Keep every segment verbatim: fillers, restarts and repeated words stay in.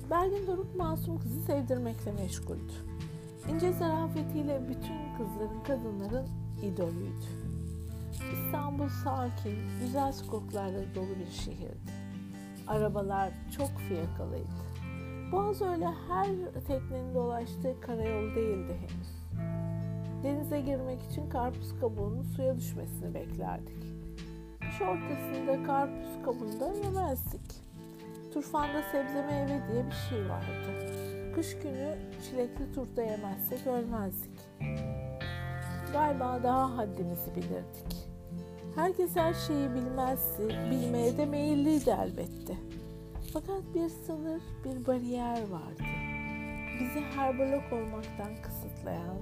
Belgin Doruk masum kızı sevdirmekle meşguldü. İnce zarafetiyle bütün kızların, kadınların idolüydü. İstanbul sakin, güzel sokaklarla dolu bir şehirdi. Arabalar çok fiyakalıydı. Boğaz öyle her teknenin dolaştığı karayol değildi henüz. Denize girmek için karpuz kabuğunun suya düşmesini beklerdik. Kış ortasında karpuz kabuğunda yemezdik. Turfanda sebze meyve diye bir şey vardı. Kış günü çilekli turta yemezsek ölmezdik. Galiba daha haddimizi bilirdik. Herkes her şeyi bilmezdi, bilmeye de meyilliydi elbette. Fakat bir sınır, bir bariyer vardı. Bizi herbolog olmaktan kısıtlayan,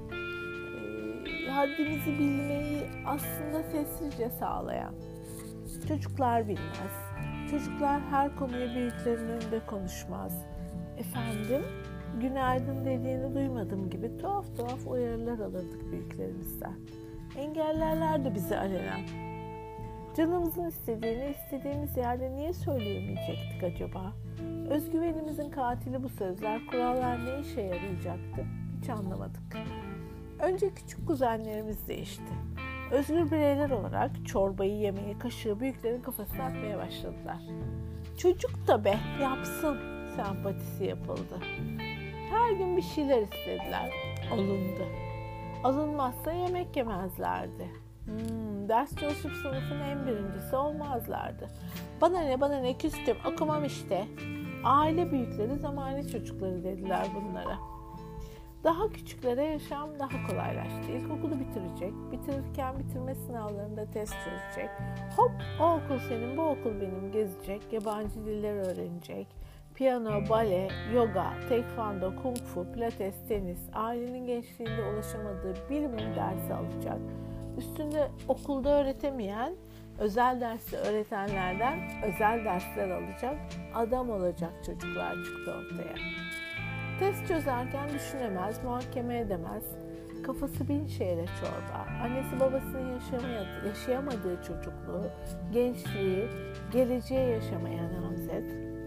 e, haddimizi bilmeyi aslında sessizce sağlayan. Çocuklar bilmez. Çocuklar her konuyu büyüklerin önünde konuşmaz. Efendim, günaydın dediğini duymadım gibi tuhaf tuhaf uyarılar alırdık büyüklerimizden. Engellerlerdi bizi alenen. Canımızın istediğini istediğimiz yerde niye söyleyemeyecektik acaba? Özgüvenimizin katili bu sözler, kurallar ne işe yarayacaktı? Hiç anlamadık. Önce küçük kuzenlerimiz değişti. Özgür bireyler olarak çorbayı yemeye, kaşığı büyüklerin kafasına atmaya başladılar. Çocuk da be yapsın sempatisi yapıldı. Her gün bir şeyler istediler. Alındı. Alınmazsa yemek yemezlerdi. Hmm, ders çalışıp sınıfın en birincisi olmazlardı. Bana ne bana ne küstüm okumam işte. Aile büyükleri zamane çocukları dediler bunlara. Daha küçüklere yaşam daha kolaylaştı. İlkokulu bitirecek, bitirirken bitirme sınavlarında test çözecek. Hop o okul senin, bu okul benim gezecek, yabancı diller öğrenecek. Piyano, bale, yoga, tekvando, kung fu, pilates, tenis, ailenin gençliğinde ulaşamadığı bilimum dersi alacak. Üstünde okulda öğretemeyen, özel dersi öğretenlerden özel dersler alacak, adam olacak çocuklar çıktı ortaya. Test çözerken düşünemez, muhakeme edemez, kafası bin şeyle çorba, annesi babasının yaşamayadı, yaşayamadığı çocukluğu, gençliği, geleceği yaşamaya namzet.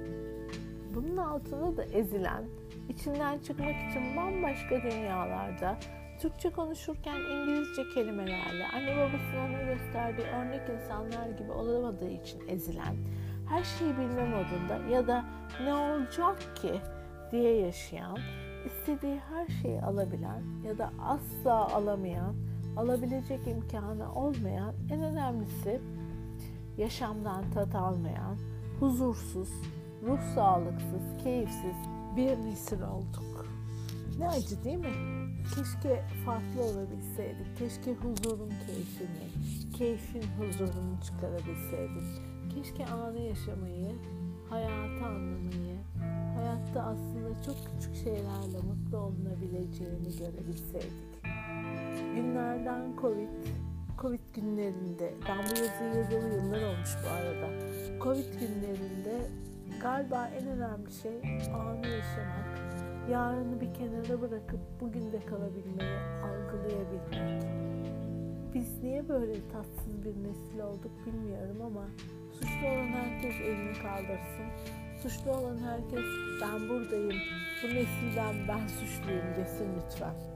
Bunun altında da ezilen, içinden çıkmak için bambaşka dünyalarda, Türkçe konuşurken İngilizce kelimelerle, anne babasının ona gösterdiği örnek insanlar gibi olamadığı için ezilen, her şeyi bilme modunda ya da ne olacak ki diye yaşayan, istediği her şeyi alabilen ya da asla alamayan, alabilecek imkanı olmayan, en önemlisi yaşamdan tat almayan, huzursuz, ruh sağlıksız, keyifsiz bir nesil olduk. Ne acı değil mi? Keşke farklı olabilseydik. Keşke huzurun keyfini, keyfin huzurunu çıkarabilseydik. Keşke anı yaşamayı, hayatı anlamayı, hayatta aslında çok küçük şeylerle mutlu olunabileceğini görebilseydik. Günlerden Covid, Covid günlerinde, ben bu yazıyı yazalı yıllar olmuş bu arada. Covid günlerinde galiba en önemli şey anı yaşamak, yarını bir kenara bırakıp bugün de kalabilmeyi, algılayabilmek. Biz niye böyle tatsız bir nesil olduk bilmiyorum ama suçlu olan herkes elini kaldırsın. Suçlu olan herkes ben buradayım, bu nesilden ben suçluyum desin lütfen.